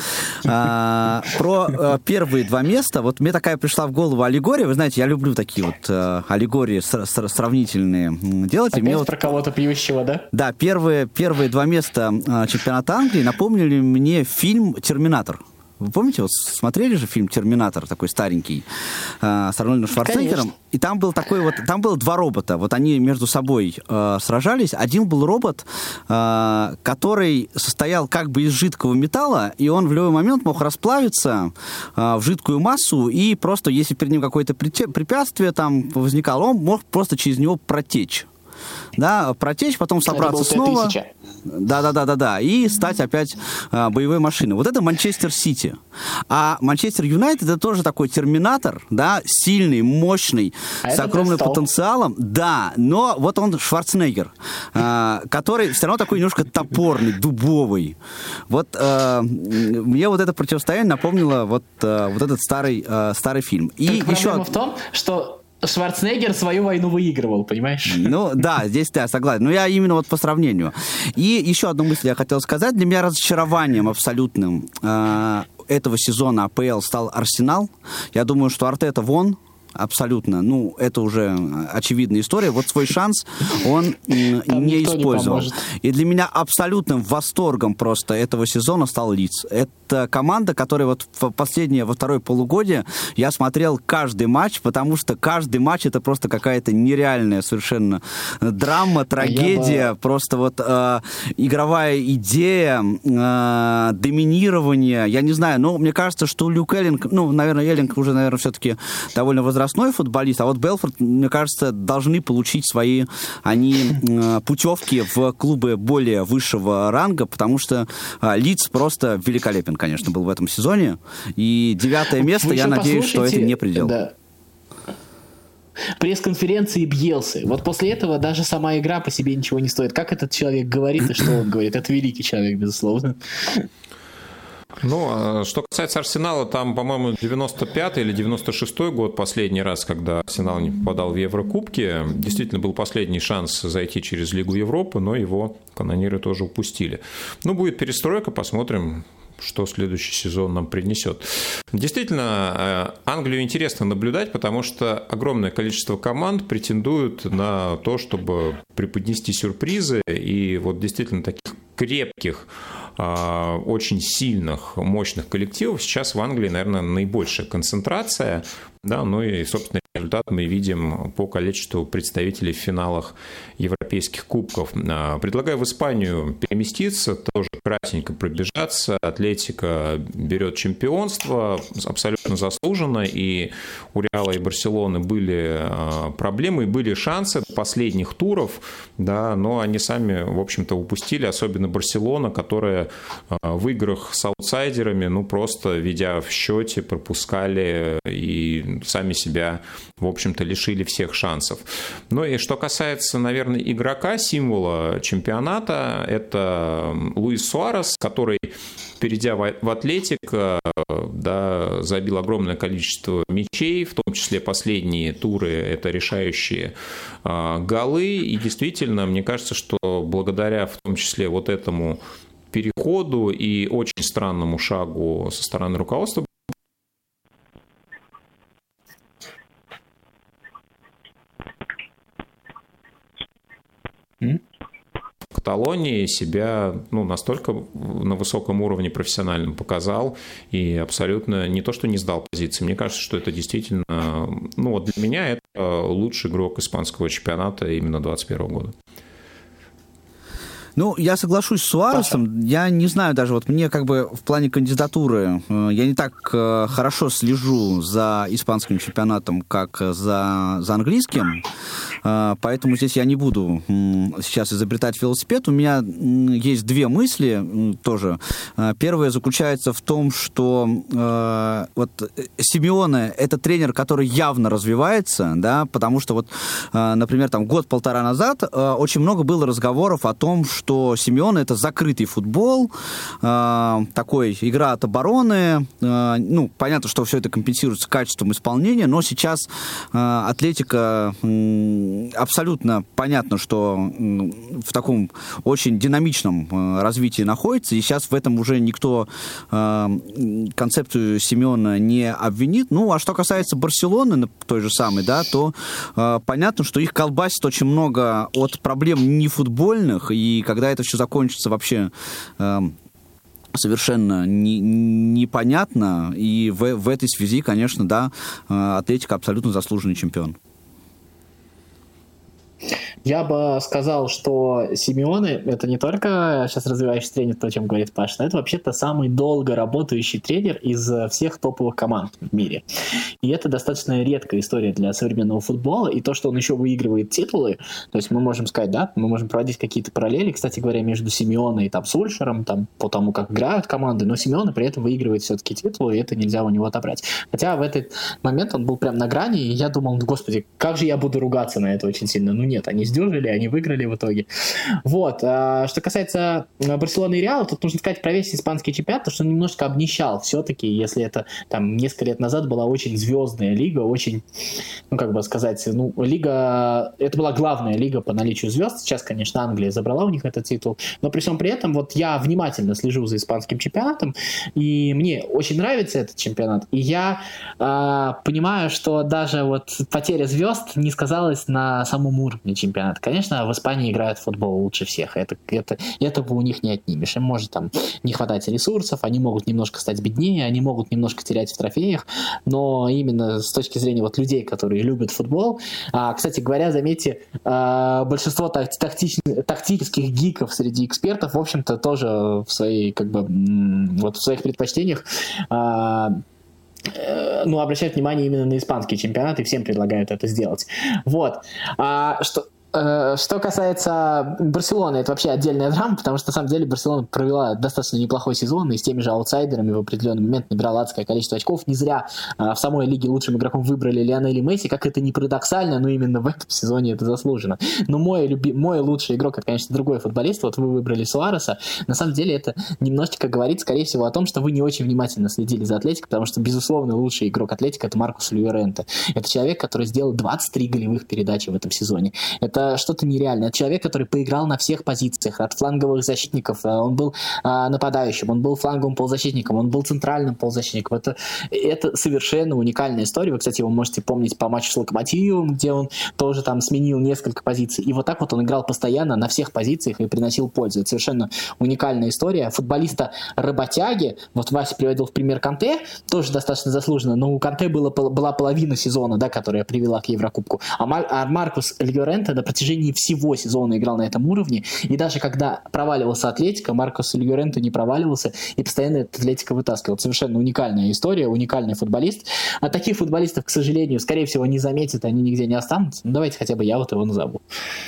Про первые два места, вот мне такая пришла в голову аллегория, вы знаете, я люблю такие вот аллегории сравнительные делать. Опять мне про кого-то пьющего, да? Да, первые два места чемпионата Англии напомнили мне фильм «Терминатор». Вы помните, вот смотрели же фильм «Терминатор», такой старенький, с Арнольдом Шварценеггером? Конечно. И там был такой вот, там было два робота, вот они между собой сражались. Один был робот, который состоял как бы из жидкого металла, и он в любой момент мог расплавиться в жидкую массу, и просто, если перед ним какое-то препятствие там возникало, он мог просто через него протечь. Да, протечь, потом собраться снова. Да, и стать опять боевой машиной. Вот это Манчестер Сити. А Манчестер Юнайтед — это тоже такой терминатор, да, сильный, мощный, с огромным потенциалом. Да, но вот он Шварценеггер, который все равно такой немножко топорный, дубовый. Вот мне вот это противостояние напомнило вот этот старый фильм. И проблема в том, что Шварценеггер свою войну выигрывал, понимаешь? Ну, да, здесь я согласен. Но я именно вот по сравнению. И еще одну мысль я хотел сказать. Для меня разочарованием абсолютным этого сезона АПЛ стал Арсенал. Я думаю, что Артета вон. Абсолютно. Ну, это уже очевидная история. Вот свой шанс он не использовал. И для меня абсолютным восторгом просто этого сезона стал Лидс. Это команда, которая вот во второе полугодие я смотрел каждый матч, потому что каждый матч — это просто какая-то нереальная совершенно драма, трагедия, просто вот игровая идея, доминирование. Я не знаю, но мне кажется, что Люк Эллинг, ну, наверное, Эллинг уже, наверное, все-таки довольно возрастной футболист, а вот Белфорд, мне кажется, должны получить свои путевки в клубы более высшего ранга, потому что Лидс просто великолепен, конечно, был в этом сезоне. И 9 место, я надеюсь, что это не предел. Да. Пресс-конференции Бьелсы. Вот после этого даже сама игра по себе ничего не стоит. Как этот человек говорит и что он говорит? Это великий человек, безусловно. Ну, что касается Арсенала, там, по-моему, 95-й или 96-й год последний раз, когда Арсенал не попадал в Еврокубки. Действительно, был последний шанс зайти через Лигу Европы, но его канониры тоже упустили. Ну, будет перестройка, посмотрим, что следующий сезон нам принесет. Действительно, Англию интересно наблюдать, потому что огромное количество команд претендуют на то, чтобы преподнести сюрпризы. И вот действительно таких крепких, очень сильных, мощных коллективов сейчас в Англии, наверное, наибольшая концентрация. Да, ну и, собственно, результат мы видим по количеству представителей в финалах европейских кубков. Предлагаю в Испанию переместиться, тоже кратенько пробежаться. Атлетико берет чемпионство абсолютно заслуженно, и у Реала и Барселоны были проблемы, были шансы последних туров, да, но они сами, в общем-то, упустили, особенно Барселона, которая в играх с аутсайдерами, ну, просто, ведя в счете, пропускали и сами себя, в общем-то, лишили всех шансов. Ну и что касается, наверное, игрока, символа чемпионата, это Луис Суарес, который, перейдя в Атлетико, да, забил огромное количество мячей, в том числе последние туры, это решающие голы. И действительно, мне кажется, что благодаря в том числе вот этому переходу и очень странному шагу со стороны руководства Каталонии себя, ну, настолько на высоком уровне профессиональном показал и абсолютно не то, что не сдал позиции. Мне кажется, что это действительно, ну, вот для меня это лучший игрок испанского чемпионата именно 2021 года. Ну, я соглашусь с Суаресом. Паша. Я не знаю даже, вот мне как бы в плане кандидатуры, я не так хорошо слежу за испанским чемпионатом, как за английским, поэтому здесь я не буду сейчас изобретать велосипед. У меня есть две мысли тоже. Первая заключается в том, что вот Симеоне — это тренер, который явно развивается, да, потому что вот, например, там год-полтора назад очень много было разговоров о том, что Симеоне — это закрытый футбол, такой игра от обороны. Ну, понятно, что все это компенсируется качеством исполнения, но сейчас Атлетико абсолютно понятно, что в таком очень динамичном развитии находится, и сейчас в этом уже никто концепцию Симеона не обвинит. Ну, а что касается Барселоны, той же самой, да, то понятно, что их колбасит очень много от проблем нефутбольных, и когда это все закончится вообще совершенно непонятно, и в этой связи, конечно, да, Атлетико абсолютно заслуженный чемпион. Я бы сказал, что Симеоне — это не только сейчас развивающийся тренер, то, о чем говорит Паша, но это вообще-то самый долго работающий тренер из всех топовых команд в мире. И это достаточно редкая история для современного футбола. И то, что он еще выигрывает титулы, то есть мы можем сказать, да, мы можем проводить какие-то параллели, кстати говоря, между Симеоне и там Сульшером, там, по тому, как играют команды, но Симеоне при этом выигрывает все-таки титулы, и это нельзя у него отобрать. Хотя в этот момент он был прям на грани, и я думал, господи, как же я буду ругаться на это очень сильно. Ну нет, они сдюжили, они выиграли в итоге. Вот. Что касается Барселоны и Реала, тут нужно сказать про весь испанский чемпионат, потому что он немножко обнищал все-таки, если это там несколько лет назад была очень звездная лига, очень, ну как бы сказать, ну лига, это была главная лига по наличию звезд. Сейчас, конечно, Англия забрала у них этот титул, но при всем при этом вот я внимательно слежу за испанским чемпионатом, и мне очень нравится этот чемпионат, и я понимаю, что даже вот потеря звезд не сказалась на самом уровне чемпионата. Конечно, в Испании играют в футбол лучше всех. Этого у них не отнимешь. Им может там не хватать ресурсов, они могут немножко стать беднее, они могут немножко терять в трофеях, но именно с точки зрения вот людей, которые любят футбол. Кстати говоря, заметьте, большинство тактических гиков среди экспертов, в общем-то, тоже в своей, как бы, вот в своих предпочтениях обращают внимание именно на испанский чемпионат, и всем предлагают это сделать. Вот. Что касается Барселоны, это вообще отдельная драма, потому что на самом деле Барселона провела достаточно неплохой сезон и с теми же аутсайдерами в определенный момент набирала адское количество очков. Не зря в самой лиге лучшим игроком выбрали Лионеля Месси, как это не парадоксально, но именно в этом сезоне это заслужено. Но мой лучший игрок, это, конечно, другой футболист, вот вы выбрали Суареса. На самом деле это немножечко говорит, скорее всего, о том, что вы не очень внимательно следили за Атлетико, потому что, безусловно, лучший игрок Атлетико — это Маркус Льоренте. Это человек, который сделал 23 голевых передачи в этом сезоне. Это что-то нереальное. Это человек, который поиграл на всех позициях, от фланговых защитников. Он был нападающим, он был фланговым полузащитником, он был центральным полузащитником. Это совершенно уникальная история. Вы, кстати, его можете помнить по матчу с Локомотивом, где он тоже там сменил несколько позиций. И вот так вот он играл постоянно на всех позициях и приносил пользу. Это совершенно уникальная история. Футболиста-работяги, вот Вася приводил в пример Канте, тоже достаточно заслуженно, но у Канте была половина сезона, да, которая привела к Еврокубку. А Маркус Льоренте на протяжении всего сезона играл на этом уровне, и даже когда проваливался Атлетико, Маркус Льоренте не проваливался и постоянно этот Атлетико вытаскивал. Совершенно уникальная история, уникальный футболист. А таких футболистов, к сожалению, скорее всего, не заметят, они нигде не останутся. Ну, давайте хотя бы я вот его назову.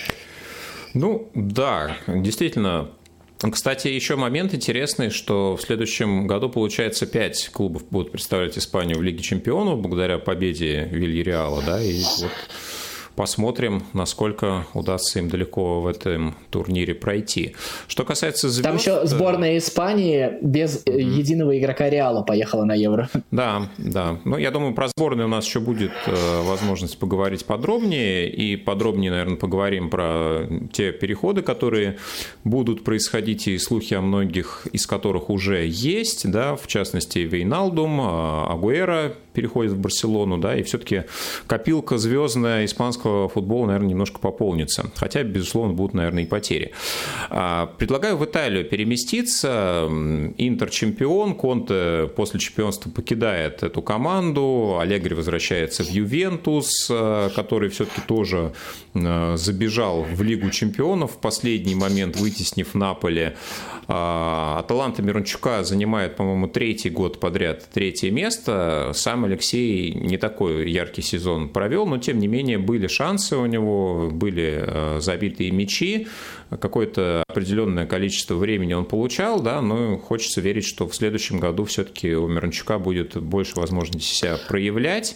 Ну, да, действительно. Кстати, еще момент интересный, что в следующем году, получается, 5 клубов будут представлять Испанию в Лиге Чемпионов благодаря победе Вильяреала, да, и вот посмотрим, насколько удастся им далеко в этом турнире пройти. Что касается звезд... Там еще сборная Испании без единого игрока Реала поехала на Евро. Да. Ну, я думаю, про сборную у нас еще будет возможность поговорить подробнее. И подробнее, наверное, поговорим про те переходы, которые будут происходить, и слухи о многих из которых уже есть. Да, в частности, Вейналдум, Агуэро переходит в Барселону. Да, и все-таки копилка звездная испанского футбол, наверное, немножко пополнится. Хотя, безусловно, будут, наверное, и потери. Предлагаю в Италию переместиться. Интер чемпион, Конте после чемпионства покидает эту команду, Аллегри возвращается в Ювентус, который все-таки тоже забежал в Лигу чемпионов в последний момент, вытеснив Наполи. Аталанта Мирончука занимает, по-моему, третий год подряд третье место. Сам Алексей не такой яркий сезон провел, но, тем не менее, были шансы у него, были забитые мячи, какое-то определенное количество времени он получал, да, но хочется верить, что в следующем году все-таки у Мирончука будет больше возможностей себя проявлять.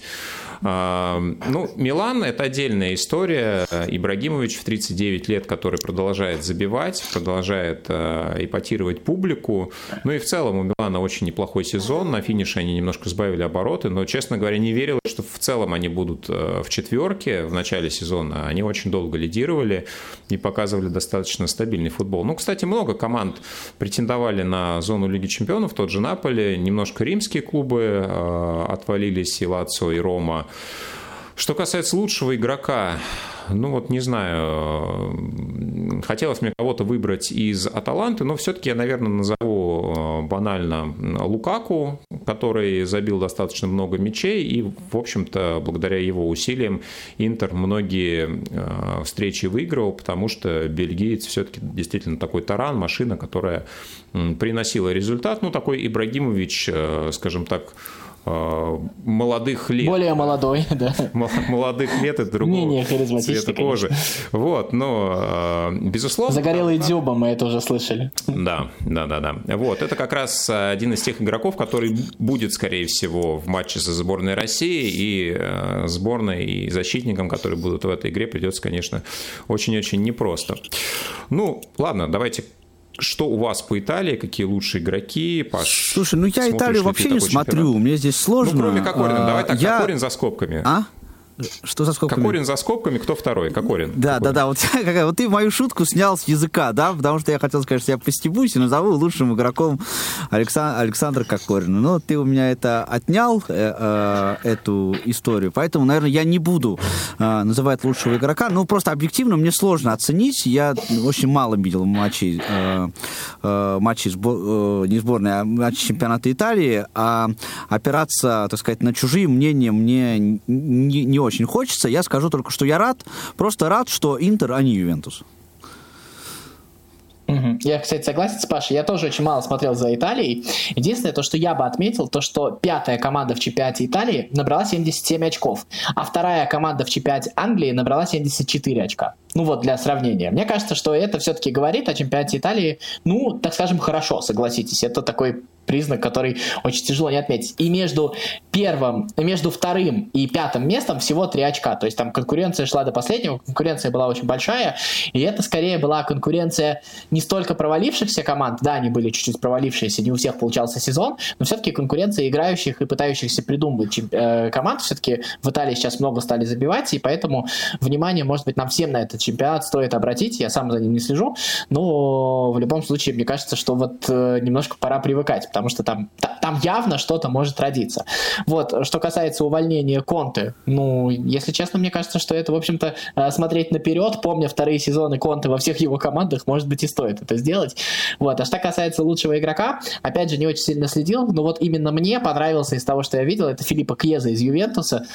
Ну, Милан – это отдельная история. Ибрагимович в 39 лет, который продолжает забивать, продолжает эпатировать публику. Ну и в целом у Милана очень неплохой сезон. На финише они немножко сбавили обороты, но, честно говоря, не верилось, что в целом они будут в четверке в начале сезона. Они очень долго лидировали и показывали достаточно стабильный футбол. Ну, кстати, много команд претендовали на зону Лиги чемпионов. Тот же Наполи, немножко римские клубы отвалились, и Лацио, и Рома. Что касается лучшего игрока, ну вот не знаю, хотелось мне кого-то выбрать из Аталанты, но все-таки я, наверное, назову банально Лукаку, который забил достаточно много мячей, и, в общем-то, благодаря его усилиям Интер многие встречи выигрывал, потому что бельгиец все-таки действительно такой таран, машина, которая приносила результат. Ну, такой Ибрагимович, скажем так, молодых лет. Более молодой, да. Молодых лет и другого цвета кожи. Вот, но, безусловно... Загорелый Дзюба, мы это уже слышали. Да. Вот, это как раз один из тех игроков, который будет, скорее всего, в матче со сборной России, и сборной, и защитникам, которые будут в этой игре, придется, конечно, очень-очень непросто. Ну, ладно, давайте... Что у вас по Италии? Какие лучшие игроки? Паш, слушай, ну я Италию вообще не смотрю. Мне здесь сложно. Ну, кроме Кокорина. Давай так, Кокорин за скобками. Что за скобками? Кокорин за скобками, кто второй? Кокорин. Да. Вот ты мою шутку снял с языка, да, потому что я хотел сказать, что я постебусь и назову лучшим игроком Александра Кокорина. Но ты у меня это отнял, эту историю, поэтому, наверное, я не буду называть лучшего игрока. Ну, просто объективно мне сложно оценить. Я очень мало видел матчей не сборной, а матчей чемпионата Италии, а опираться, так сказать, на чужие мнения мне не очень хочется. Я скажу только, что я просто рад, что Интер, а не Ювентус. Я, кстати, согласен с Пашей. Я тоже очень мало смотрел за Италией. Единственное, то, что я бы отметил, то, что пятая команда в чемпионате Италии набрала 77 очков, а вторая команда в чемпионате Англии набрала 74 очка. Ну вот, для сравнения. Мне кажется, что это все-таки говорит о чемпионате Италии, ну, так скажем, хорошо, согласитесь. Это такой признак, который очень тяжело не отметить. И между вторым и пятым местом всего 3 очка. То есть там конкуренция шла до последнего, конкуренция была очень большая, и это скорее была конкуренция не столько провалившихся команд, да, они были чуть-чуть провалившиеся, не у всех получался сезон, но все-таки конкуренция играющих и пытающихся придумывать команд. Все-таки в Италии сейчас много стали забивать, и поэтому внимание, может быть, нам всем на этот чемпионат стоит обратить. Я сам за ним не слежу, но в любом случае, мне кажется, что вот немножко пора привыкать, потому что там явно что-то может родиться. Вот, что касается увольнения Конте, ну, если честно, мне кажется, что это, в общем-то, смотреть наперед, помня вторые сезоны Конте во всех его командах, может быть, и стоит это сделать. Вот, а что касается лучшего игрока, опять же, не очень сильно следил, но вот именно мне понравился из того, что я видел, это Филиппо Кьеза из Ювентуса.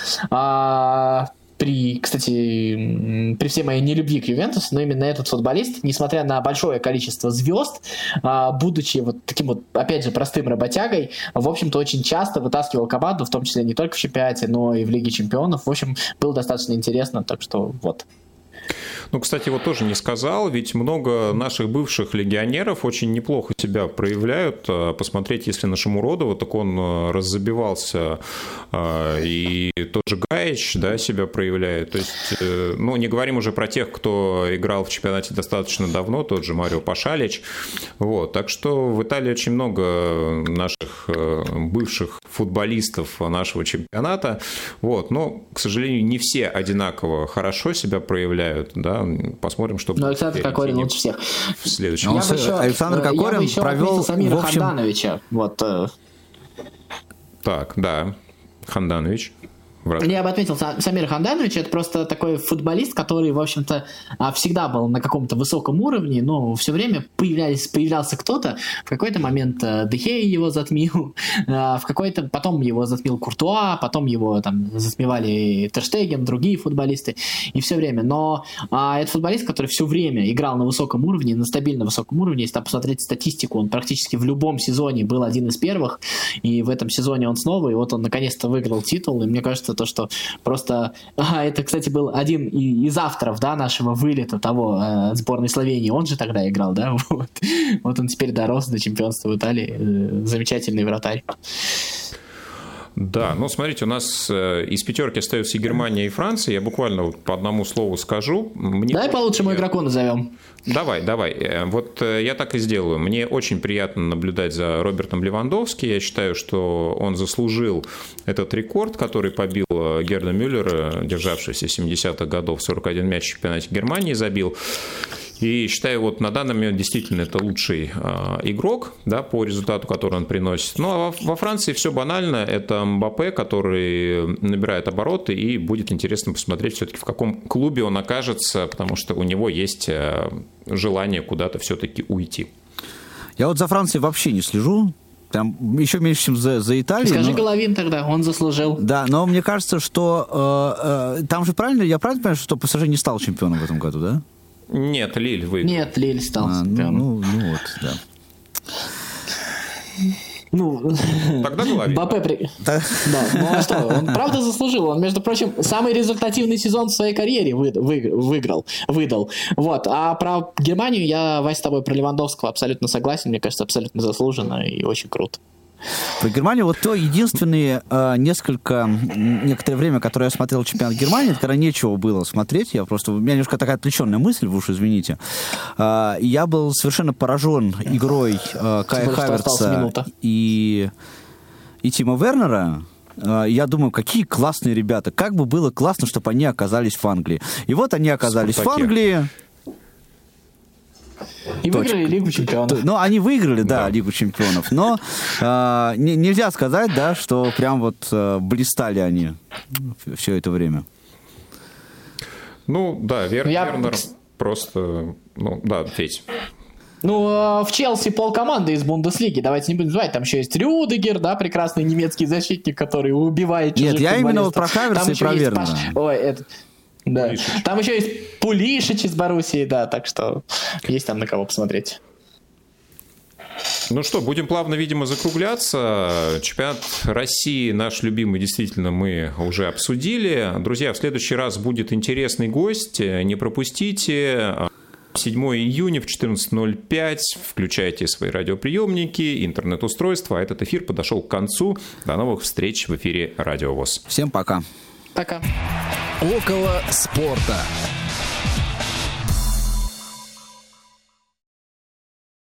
При всей моей нелюбви к Ювентусу, но именно этот футболист, несмотря на большое количество звезд, будучи вот таким вот, опять же, простым работягой, в общем-то, очень часто вытаскивал команду, в том числе не только в чемпионате, но и в Лиге чемпионов. В общем, было достаточно интересно, так что вот. Ну, кстати, вот тоже не сказал, ведь много наших бывших легионеров очень неплохо себя проявляют. Посмотреть, если на Шамуродова, так он раззабивался, и тот же Гаич, да, себя проявляет. То есть, ну, не говорим уже про тех, кто играл в чемпионате достаточно давно, тот же Марио Пашалич. Вот, так что в Италии очень много наших бывших футболистов нашего чемпионата. Вот, но, к сожалению, не все одинаково хорошо себя проявляют, да. Посмотрим, что будет. Но Александр Кокорин лучше всех. В следующем. Александр Кокорин провел Самира Хандановича. Вот. Так, да. Ханданович. Я бы отметил, Самир Ханданович — это просто такой футболист, который, в общем-то, всегда был на каком-то высоком уровне, но все время появлялся кто-то. В какой-то момент Де Геа его затмил, потом его затмил Куртуа, потом его там затмевали Тер Штеген, другие футболисты, и все время. Но это футболист, который все время играл на высоком уровне, на стабильно высоком уровне. Если там посмотреть статистику, он практически в любом сезоне был один из первых, и в этом сезоне он снова, и вот он наконец-то выиграл титул, и мне кажется, то, что просто... это, кстати, был один из авторов, да, нашего вылета того сборной Словении. Он же тогда играл, да? Вот он теперь дорос до чемпионства в Италии. Замечательный вратарь. Да, ну смотрите, у нас из пятерки остаются и Германия, и Франция. Я буквально вот по одному слову скажу. Давай по лучшему игроку назовем. Давай. Вот я так и сделаю. Мне очень приятно наблюдать за Робертом Левандовски. Я считаю, что он заслужил этот рекорд, который побил Герда Мюллера, державшийся с 70-х годов, 41 мяч в чемпионате Германии забил. И считаю, вот на данный момент действительно это лучший игрок, да, по результату, который он приносит. Ну, а во Франции все банально. Это Мбаппе, который набирает обороты, и будет интересно посмотреть все-таки, в каком клубе он окажется, потому что у него есть желание куда-то все-таки уйти. Я вот за Францией вообще не слежу. Там еще меньше, чем за Италией. Скажи Головин тогда, он заслужил. Да, но мне кажется, что там же правильно, я правильно понимаю, что ПСЖ не стал чемпионом в этом году, да? Нет, Лиль выиграл. Нет, Лиль стал чемпионом. Ну вот, да. Ну, тогда Головин. Мбаппе да, ну а что, он правда заслужил. Он, между прочим, самый результативный сезон в своей карьере выдал. Вот. А про Германию я, Вась, с тобой про Левандовского абсолютно согласен. Мне кажется, абсолютно заслуженно и очень круто. Про Германию вот то единственные некоторое время, которое я смотрел чемпионат Германии, когда нечего было смотреть, у меня немножко такая отвлеченная мысль, вы уж извините, я был совершенно поражен игрой Кая Хаверца и Тима Вернера. Я думаю, какие классные ребята, как бы было классно, чтобы они оказались в Англии. И вот они оказались в Англии. И выиграли Лигу чемпионов. Ну, они выиграли, да, Лигу чемпионов. Но нельзя сказать, да, что прям вот блистали они все это время. Ну, да, Вернер просто... Ну, да, Федь. Ну, в Челси полкоманды из Бундеслиги. Давайте не будем называть. Там еще есть Рюдигер, да, прекрасный немецкий защитник, который убивает чужих футболистов. Нет, я именно вот про Хаверса и про Вернера. Ой, это... Да. Пулишич. Там еще есть Пулишич из Боруссии, да, так что есть там на кого посмотреть. Ну что, будем плавно, видимо, закругляться. Чемпионат России наш любимый, действительно, мы уже обсудили. Друзья, в следующий раз будет интересный гость, не пропустите. 7 июня в 14:05. Включайте свои радиоприемники, интернет-устройства. А этот эфир подошел к концу. До новых встреч в эфире Радио ВОС. Всем пока. Пока. Около спорта.